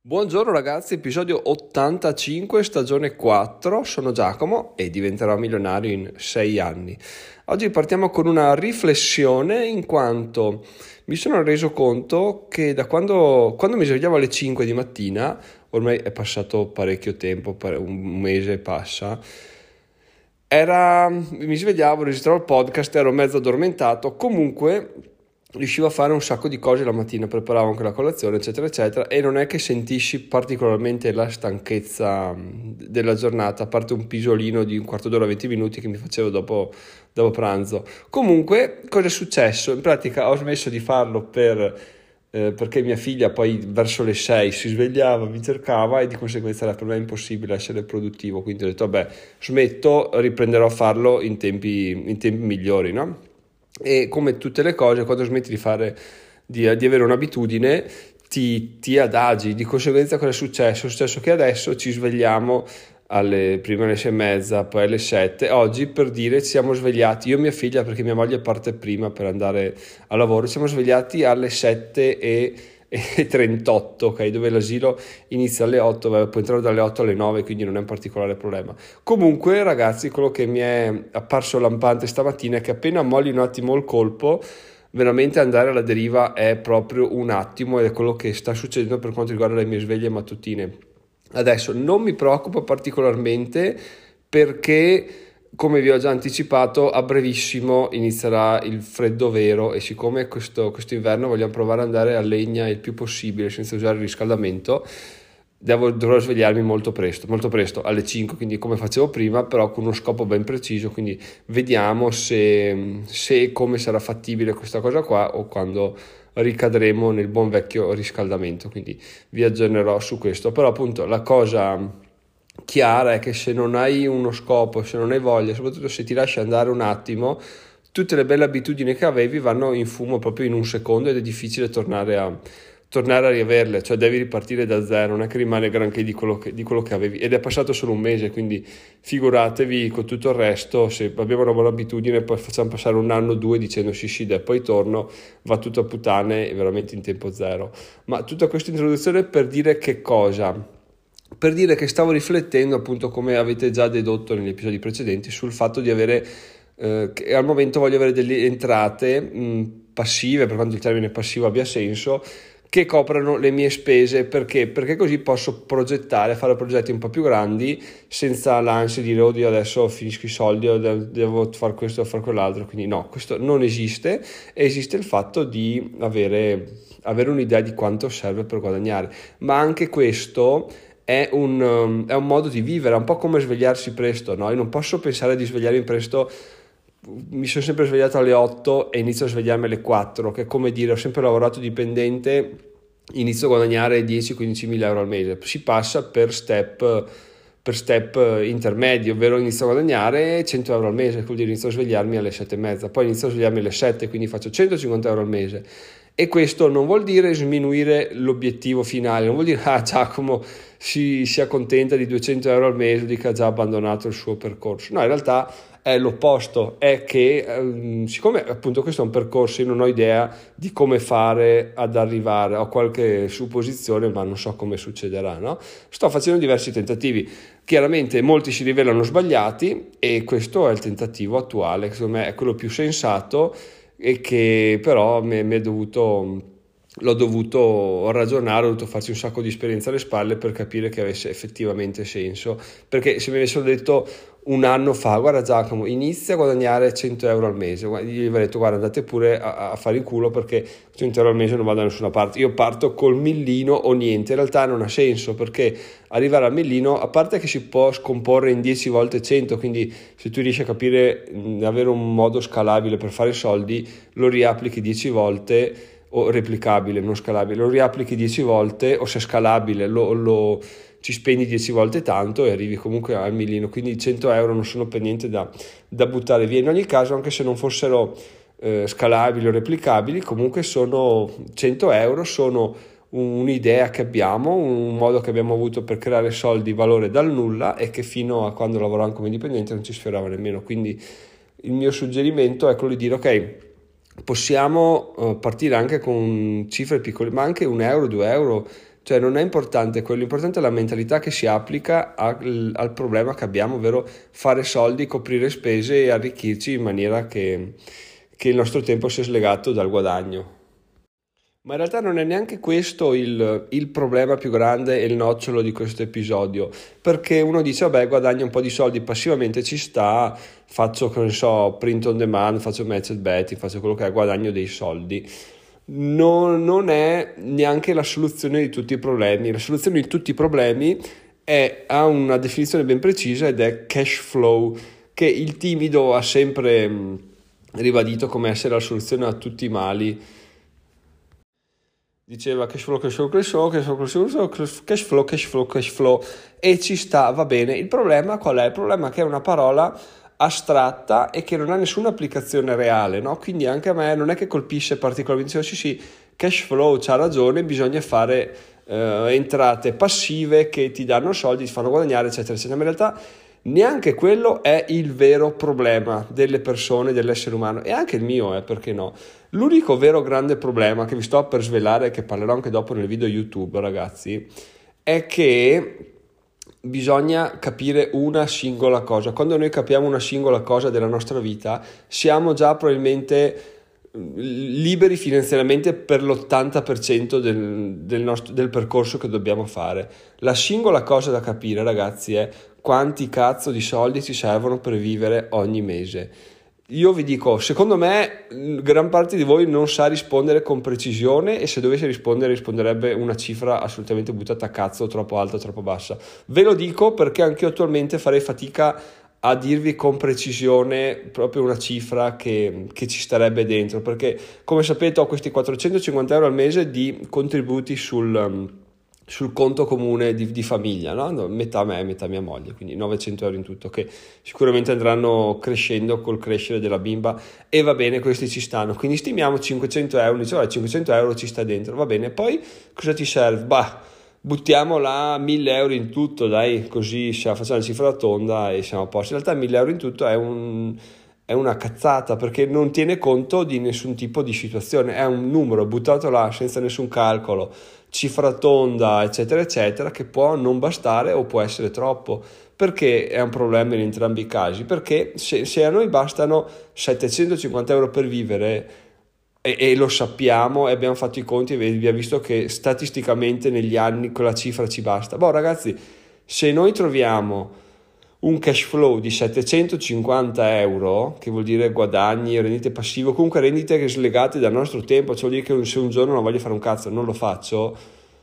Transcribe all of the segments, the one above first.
Buongiorno ragazzi, episodio 85, stagione 4, sono Giacomo e diventerò milionario in 6 anni. Oggi partiamo con una riflessione in quanto mi sono reso conto che da quando mi svegliavo alle 5 di mattina, ormai è passato parecchio tempo, un mese passa, mi svegliavo, registravo il podcast, ero mezzo addormentato, comunque riuscivo a fare un sacco di cose la mattina, preparavo anche la colazione, eccetera, eccetera, e non è che sentissi particolarmente la stanchezza della giornata, a parte un pisolino di un quarto d'ora, 20 minuti che mi facevo dopo pranzo. Comunque, cosa è successo? In pratica ho smesso di farlo perché mia figlia poi verso le 6 si svegliava, mi cercava e di conseguenza era per me impossibile essere produttivo, quindi ho detto vabbè, smetto, riprenderò a farlo in tempi migliori, no? E come tutte le cose, quando smetti di avere un'abitudine, ti adagi. Di conseguenza cosa è successo? È successo che adesso ci svegliamo prima alle 6:30, poi alle 7. Oggi, per dire, ci siamo svegliati, io e mia figlia, perché mia moglie parte prima per andare a lavoro, ci siamo svegliati alle 7:38, ok? Dove l'asilo inizia alle 8, può entrare dalle 8 alle 9, quindi non è un particolare problema. Comunque, ragazzi, quello che mi è apparso lampante stamattina è che appena molli un attimo il colpo, veramente andare alla deriva è proprio un attimo, ed è quello che sta succedendo per quanto riguarda le mie sveglie mattutine. Adesso non mi preoccupa particolarmente perché, come vi ho già anticipato, a brevissimo inizierà il freddo vero e siccome questo inverno vogliamo provare ad andare a legna il più possibile senza usare il riscaldamento, dovrò svegliarmi molto presto, alle 5, quindi come facevo prima, però con uno scopo ben preciso, quindi vediamo se e come sarà fattibile questa cosa qua o quando ricadremo nel buon vecchio riscaldamento, quindi vi aggiornerò su questo. Però appunto la cosa chiara è che se non hai uno scopo, se non hai voglia, soprattutto se ti lasci andare un attimo, tutte le belle abitudini che avevi vanno in fumo proprio in un secondo ed è difficile tornare a riaverle, cioè devi ripartire da zero, non è che rimane granché di quello che avevi, ed è passato solo un mese, quindi figuratevi con tutto il resto, se abbiamo una buona abitudine poi facciamo passare un anno o due dicendo sì dai, poi torno, va tutto a puttane veramente in tempo zero. Ma tutta questa introduzione per dire che cosa? Per dire che stavo riflettendo, appunto, come avete già dedotto negli episodi precedenti, sul fatto di avere che al momento voglio avere delle entrate passive, per quanto il termine passivo abbia senso, che coprano le mie spese. Perché così posso progettare, fare progetti un po' più grandi senza l'ansia di dire oddio adesso finisco i soldi o devo fare questo o fare quell'altro. Quindi no, questo non esiste. Esiste il fatto di avere un'idea di quanto serve per guadagnare, ma anche questo è un modo di vivere, è un po' come svegliarsi presto, no? Io non posso pensare di svegliarmi presto. Mi sono sempre svegliato alle 8 e inizio a svegliarmi alle 4, che è come dire ho sempre lavorato dipendente, inizio a guadagnare 10-15 mila euro al mese. Si passa per step intermedi, ovvero inizio a guadagnare 100 euro al mese, quindi inizio a svegliarmi alle 7:30, poi inizio a svegliarmi alle 7, quindi faccio 150 euro al mese. E questo non vuol dire sminuire l'obiettivo finale, non vuol dire Giacomo si accontenta di 200 euro al mese, dica ha già abbandonato il suo percorso. No, in realtà è l'opposto, è che siccome appunto questo è un percorso, io non ho idea di come fare ad arrivare, ho qualche supposizione ma non so come succederà, no? Sto facendo diversi tentativi, chiaramente molti si rivelano sbagliati e questo è il tentativo attuale, che secondo me è quello più sensato e che però l'ho dovuto ragionare, ho dovuto farci un sacco di esperienza alle spalle per capire che avesse effettivamente senso, perché se mi avessero detto un anno fa guarda Giacomo inizia a guadagnare 100 euro al mese, io gli avrei detto guarda andate pure a fare il culo perché 100 euro al mese non vado da nessuna parte, io parto col millino o niente. In realtà non ha senso, perché arrivare al millino, a parte che si può scomporre in 10 volte 100, quindi se tu riesci a capire avere un modo scalabile per fare soldi, lo riapplichi 10 volte, o replicabile, non scalabile, lo riapplichi 10 volte, o se è scalabile ci spendi 10 volte tanto e arrivi comunque al millino, quindi 100 euro non sono per niente da buttare via. In ogni caso, anche se non fossero scalabili o replicabili, comunque sono 100 euro, sono un'idea che abbiamo, un modo che abbiamo avuto per creare soldi, valore dal nulla, e che fino a quando lavoravamo come dipendenti non ci sfiorava nemmeno. Quindi il mio suggerimento è quello di dire ok, possiamo partire anche con cifre piccole, ma anche 1 euro, 2 euro, Cioè non è importante quello, l'importante è la mentalità che si applica al problema che abbiamo, ovvero fare soldi, coprire spese e arricchirci in maniera che il nostro tempo sia slegato dal guadagno. Ma in realtà non è neanche questo il problema più grande e il nocciolo di questo episodio, perché uno dice, vabbè, guadagno un po' di soldi passivamente, ci sta, faccio, che ne so, print on demand, faccio matched betting, faccio quello che è, guadagno dei soldi. Non è neanche la soluzione di tutti i problemi. La soluzione di tutti i problemi ha una definizione ben precisa ed è cash flow, che il timido ha sempre ribadito come essere la soluzione a tutti i mali. Diceva cash flow, cash flow, cash flow, cash flow, cash flow, cash flow, cash flow, cash flow, e ci sta, va bene. Il problema qual è? Il problema è che è una parola astratta e che non ha nessuna applicazione reale, no? Quindi anche a me non è che colpisce particolarmente, dicevo, sì, cash flow, c'ha ragione, bisogna fare entrate passive che ti danno soldi, ti fanno guadagnare, eccetera, eccetera. Ma in realtà neanche quello è il vero problema delle persone, dell'essere umano, e anche il mio, perché no? L'unico vero grande problema che vi sto per svelare, che parlerò anche dopo nel video YouTube, ragazzi, è che bisogna capire una singola cosa. Quando noi capiamo una singola cosa della nostra vita, siamo già probabilmente liberi finanziariamente per l'80% del percorso che dobbiamo fare. La singola cosa da capire, ragazzi, è quanti cazzo di soldi ci servono per vivere ogni mese. Io vi dico, secondo me gran parte di voi non sa rispondere con precisione, e se dovesse rispondere risponderebbe una cifra assolutamente buttata a cazzo, troppo alta o troppo bassa. Ve lo dico perché anche io attualmente farei fatica a dirvi con precisione proprio una cifra che ci starebbe dentro, perché come sapete ho questi 450 euro al mese di contributi sul conto comune di famiglia, no? Metà a me, metà a mia moglie, quindi 900 euro in tutto, che sicuramente andranno crescendo col crescere della bimba, e va bene, questi ci stanno, quindi stimiamo 500 euro, diciamo 500 euro ci sta dentro, va bene. Poi cosa ti serve? Buttiamo là 1000 euro in tutto, dai, così facciamo la cifra tonda e siamo a posto. In realtà 1000 euro in tutto è una cazzata, perché non tiene conto di nessun tipo di situazione, è un numero buttato là senza nessun calcolo, cifra tonda, eccetera eccetera, che può non bastare o può essere troppo. Perché è un problema in entrambi i casi? Perché se a noi bastano 750 euro per vivere, e lo sappiamo e abbiamo fatto i conti e abbiamo visto che statisticamente negli anni quella cifra ci basta. Ragazzi, se noi troviamo un cash flow di 750 euro, che vuol dire guadagni, rendite passive, comunque rendite che slegate dal nostro tempo, cioè vuol dire che se un giorno non voglio fare un cazzo non lo faccio,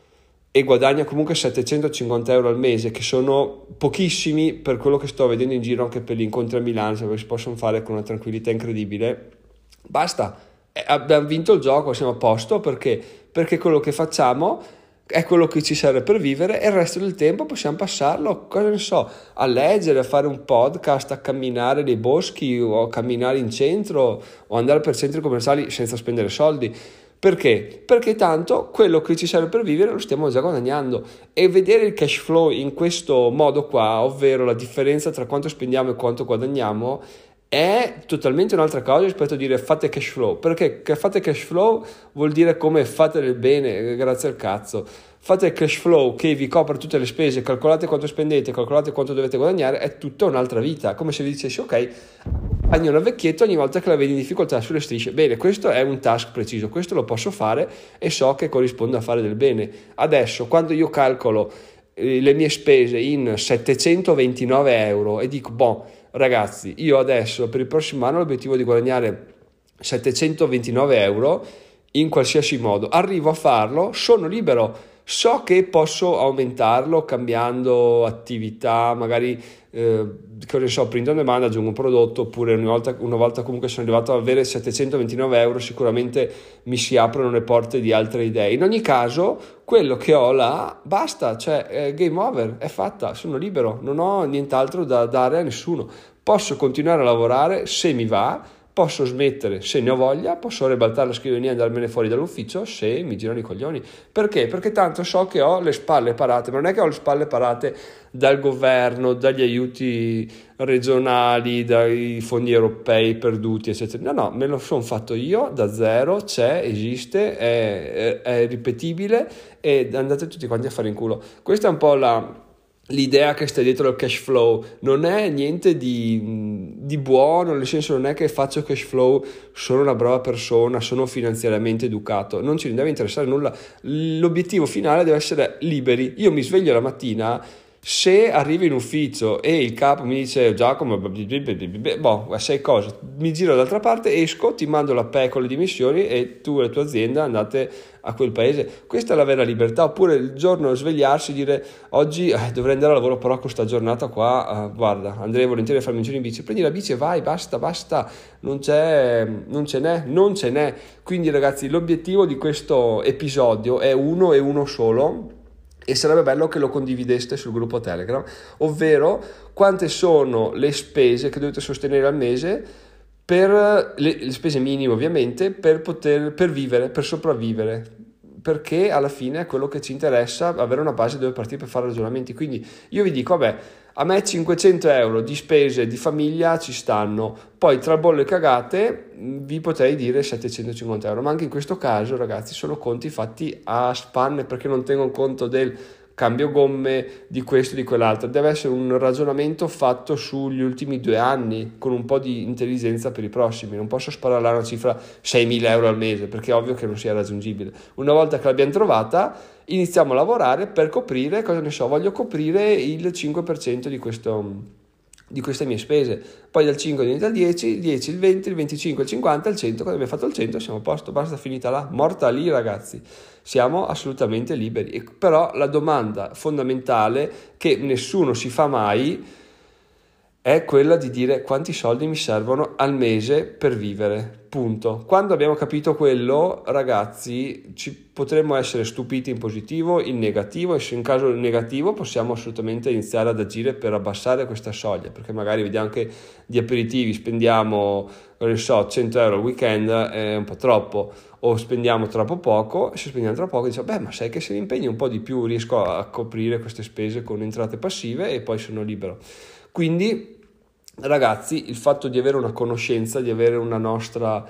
e guadagna comunque 750 euro al mese, che sono pochissimi per quello che sto vedendo in giro, anche per gli incontri a Milano, cioè, si possono fare con una tranquillità incredibile, basta. Abbiamo vinto il gioco, siamo a posto, perché quello che facciamo è quello che ci serve per vivere, e il resto del tempo possiamo passarlo, cosa ne so, a leggere, a fare un podcast, a camminare nei boschi o a camminare in centro o andare per centri commerciali senza spendere soldi. Perché? Perché tanto quello che ci serve per vivere lo stiamo già guadagnando, e vedere il cash flow in questo modo qua, ovvero la differenza tra quanto spendiamo e quanto guadagniamo, è totalmente un'altra cosa rispetto a dire fate cash flow, perché fate cash flow vuol dire come fate del bene, grazie al cazzo. Fate il cash flow che vi copre tutte le spese, calcolate quanto spendete, calcolate quanto dovete guadagnare, è tutta un'altra vita, come se vi dicessi ok, guadagno una vecchietta ogni volta che la vedi in difficoltà sulle strisce. Bene, questo è un task preciso, questo lo posso fare e so che corrisponde a fare del bene. Adesso quando io calcolo le mie spese in 729 euro e dico ragazzi, io adesso per il prossimo anno ho l'obiettivo di guadagnare 729 euro in qualsiasi modo, arrivo a farlo, sono libero, so che posso aumentarlo cambiando attività, magari che ne so, print on demand, aggiungo un prodotto, oppure una volta comunque sono arrivato ad avere 729 euro, sicuramente mi si aprono le porte di altre idee. In ogni caso quello che ho là basta, cioè game over, è fatta, sono libero, non ho nient'altro da dare a nessuno, posso continuare a lavorare se mi va, posso smettere se ne ho voglia, posso ribaltare la scrivania e andarmene fuori dall'ufficio se mi girano i coglioni. Perché? Perché tanto so che ho le spalle parate, ma non è che ho le spalle parate dal governo, dagli aiuti regionali, dai fondi europei perduti, eccetera. No, me lo sono fatto io da zero, c'è, esiste, è ripetibile e andate tutti quanti a fare in culo. Questa è un po' l'idea che sta dietro al cash flow. Non è niente di buono, nel senso non è che faccio cash flow, sono una brava persona, sono finanziariamente educato, non ci deve interessare nulla. L'obiettivo finale deve essere liberi. Io mi sveglio la mattina, se arrivo in ufficio e il capo mi dice Giacomo, sai cosa, mi giro dall'altra parte, esco, ti mando la PE con le dimissioni e tu e la tua azienda andate a quel paese. Questa è la vera libertà. Oppure il giorno svegliarsi e dire oggi dovrei andare a lavoro, però con questa giornata qua guarda, andrei volentieri a farmi un giro in bici. Prendi la bici e vai, basta, non ce n'è. Quindi ragazzi, l'obiettivo di questo episodio è uno e uno solo, e sarebbe bello che lo condivideste sul gruppo Telegram, ovvero quante sono le spese che dovete sostenere al mese, per le spese minime ovviamente, per vivere, per sopravvivere, perché alla fine è quello che ci interessa, avere una base dove partire per fare ragionamenti. Quindi io vi dico, vabbè, a me 500 euro di spese di famiglia ci stanno, poi tra bolle e cagate vi potrei dire 750 euro, ma anche in questo caso ragazzi sono conti fatti a spanne, perché non tengo conto del cambio gomme, di questo e di quell'altro. Deve essere un ragionamento fatto sugli ultimi 2 anni, con un po' di intelligenza per i prossimi. Non posso sparare a una cifra 6.000 euro al mese, perché è ovvio che non sia raggiungibile. Una volta che l'abbiamo trovata, iniziamo a lavorare per coprire, cosa ne so, voglio coprire il 5% di queste mie spese, poi dal 5 diventa il 10, il 10, il 20, il 25, il 50, il 100. Quando abbiamo fatto il 100 siamo a posto, basta, finita là, morta lì ragazzi, siamo assolutamente liberi. E però la domanda fondamentale che nessuno si fa mai è quella di dire quanti soldi mi servono al mese per vivere, punto. Quando abbiamo capito quello, ragazzi, ci potremmo essere stupiti in positivo, in negativo, e se in caso negativo possiamo assolutamente iniziare ad agire per abbassare questa soglia, perché magari vediamo che di aperitivi spendiamo, non so, 100 euro al weekend, è un po' troppo, o spendiamo troppo poco. Se spendiamo troppo poco diciamo, ma sai che se mi impegno un po' di più riesco a coprire queste spese con entrate passive e poi sono libero. Quindi ragazzi, il fatto di avere una conoscenza, di avere una nostra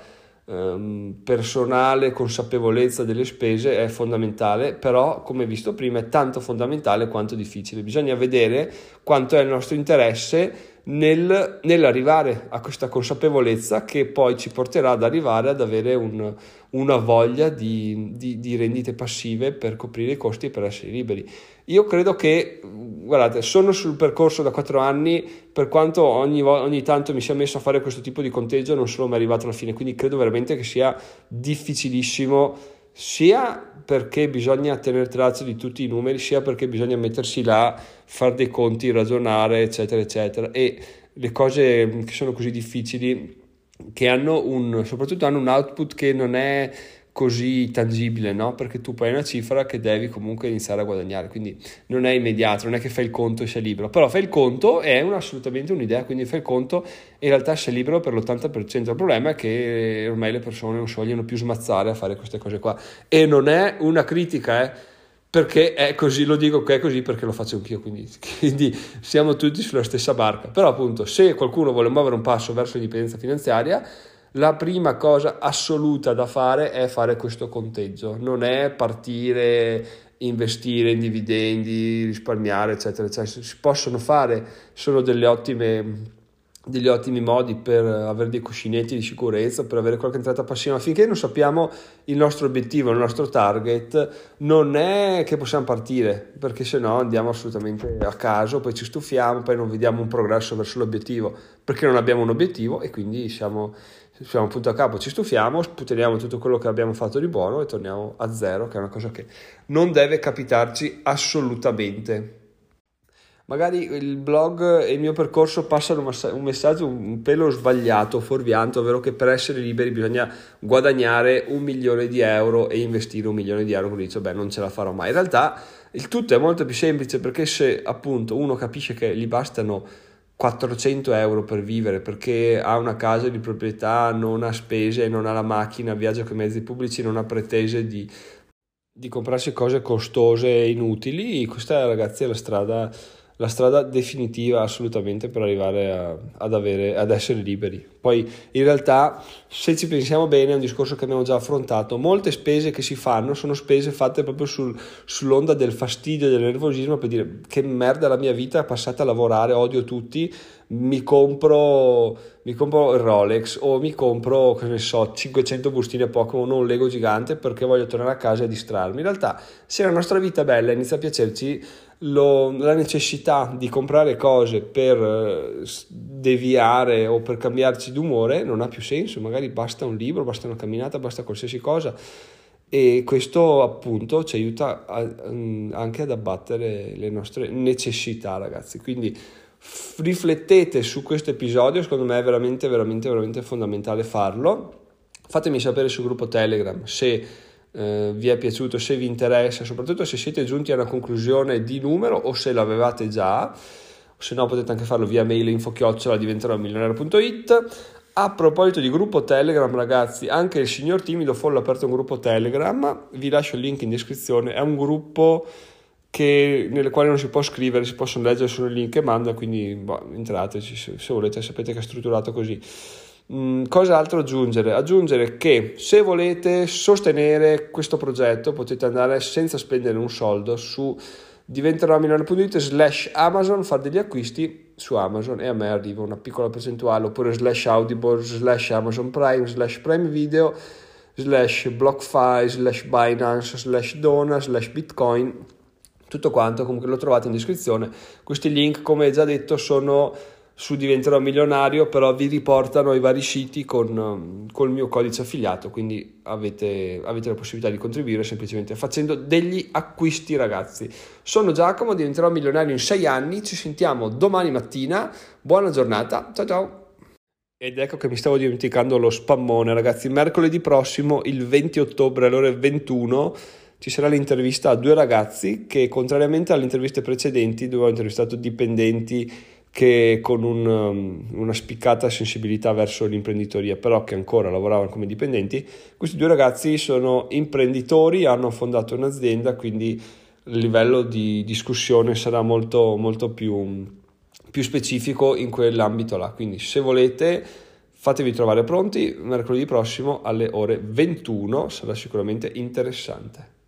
personale consapevolezza delle spese è fondamentale, però come visto prima è tanto fondamentale quanto difficile. Bisogna vedere quanto è il nostro interesse nell'arrivare a questa consapevolezza, che poi ci porterà ad arrivare ad avere una voglia di rendite passive per coprire i costi e per essere liberi. Io credo che, guardate, sono sul percorso da 4 anni, per quanto ogni tanto mi sia messo a fare questo tipo di conteggio, non sono mai arrivato alla fine, quindi credo veramente che sia difficilissimo, sia perché bisogna tenere traccia di tutti i numeri, sia perché bisogna mettersi là, fare dei conti, ragionare, eccetera, eccetera. E le cose che sono così difficili, che soprattutto hanno un output che non è così tangibile, no? Perché tu poi hai una cifra che devi comunque iniziare a guadagnare, quindi non è immediato, non è che fai il conto e sei libero, però fai il conto è assolutamente un'idea, quindi fai il conto e in realtà sei libero per l'80%. Il problema è che ormai le persone non si vogliono più smazzare a fare queste cose qua, e non è una critica, perché è così, lo dico che è così perché lo faccio anch'io, quindi siamo tutti sulla stessa barca. Però appunto, se qualcuno vuole muovere un passo verso l'indipendenza finanziaria, la prima cosa assoluta da fare è fare questo conteggio, non è partire, investire in dividendi, risparmiare, eccetera, eccetera. Si possono fare, sono degli ottimi modi per avere dei cuscinetti di sicurezza, per avere qualche entrata passiva, ma finché non sappiamo il nostro obiettivo, il nostro target, non è che possiamo partire, perché se no andiamo assolutamente a caso, poi ci stufiamo, poi non vediamo un progresso verso l'obiettivo, perché non abbiamo un obiettivo e quindi siamo punto a capo, ci stufiamo, sputaniamo tutto quello che abbiamo fatto di buono e torniamo a zero, che è una cosa che non deve capitarci assolutamente. Magari il blog e il mio percorso passano un messaggio un pelo sbagliato, fuorviante, ovvero che per essere liberi bisogna guadagnare 1 milione di euro e investire 1 milione di euro, quindi dice, non ce la farò mai. In realtà il tutto è molto più semplice, perché se appunto uno capisce che gli bastano 400 euro per vivere, perché ha una casa di proprietà, non ha spese, non ha la macchina, viaggia con i mezzi pubblici, non ha pretese di comprarsi cose costose e inutili. Questa, ragazzi, è la strada definitiva assolutamente per arrivare ad essere liberi. Poi in realtà, se ci pensiamo bene, è un discorso che abbiamo già affrontato. Molte spese che si fanno sono spese fatte proprio sull'onda del fastidio e del nervosismo, per dire che merda la mia vita, è passata a lavorare, odio tutti, mi compro il Rolex o mi compro, che ne so, 500 bustine Pokémon o un Lego gigante perché voglio tornare a casa e distrarmi. In realtà, se la nostra vita è bella, inizia a piacerci, la necessità di comprare cose per deviare o per cambiarci d'umore non ha più senso. Magari basta un libro, basta una camminata, basta qualsiasi cosa, e questo appunto ci aiuta anche ad abbattere le nostre necessità, ragazzi. Quindi riflettete su questo episodio, secondo me è veramente veramente veramente fondamentale farlo. Fatemi sapere sul gruppo Telegram se vi è piaciuto, se vi interessa, soprattutto se siete giunti a una conclusione di numero o se l'avevate già, se no potete anche farlo via mail info@diventeromilionario.it. A proposito di gruppo Telegram, ragazzi, anche il signor Timido Follo ha aperto un gruppo Telegram, vi lascio il link in descrizione. È un gruppo nel quale non si può scrivere, si possono leggere solo il link che manda, quindi entrateci se volete, sapete che è strutturato così. Cosa altro aggiungere? Aggiungere che se volete sostenere questo progetto potete andare senza spendere un soldo su diventeromilionario.it/Amazon, fare degli acquisti su Amazon e a me arriva una piccola percentuale, oppure /Audible, /Amazon Prime, /Prime Video, /BlockFi, /Binance, /Dona, /Bitcoin, tutto quanto. Comunque lo trovate in descrizione. Questi link, come già detto, sono su Diventerò Milionario, però vi riportano ai vari siti col mio codice affiliato, quindi avete la possibilità di contribuire semplicemente facendo degli acquisti, ragazzi. Sono Giacomo, diventerò milionario in 6 anni, ci sentiamo domani mattina, buona giornata, ciao ciao! Ed ecco che mi stavo dimenticando lo spammone, ragazzi. Mercoledì prossimo, il 20 ottobre alle ore 21, ci sarà l'intervista a 2 ragazzi che, contrariamente alle interviste precedenti dove ho intervistato dipendenti che con una spiccata sensibilità verso l'imprenditoria, però che ancora lavoravano come dipendenti, questi 2 ragazzi sono imprenditori, hanno fondato un'azienda, quindi il livello di discussione sarà molto, molto più specifico in quell'ambito là. Quindi se volete fatevi trovare pronti, mercoledì prossimo alle ore 21 sarà sicuramente interessante.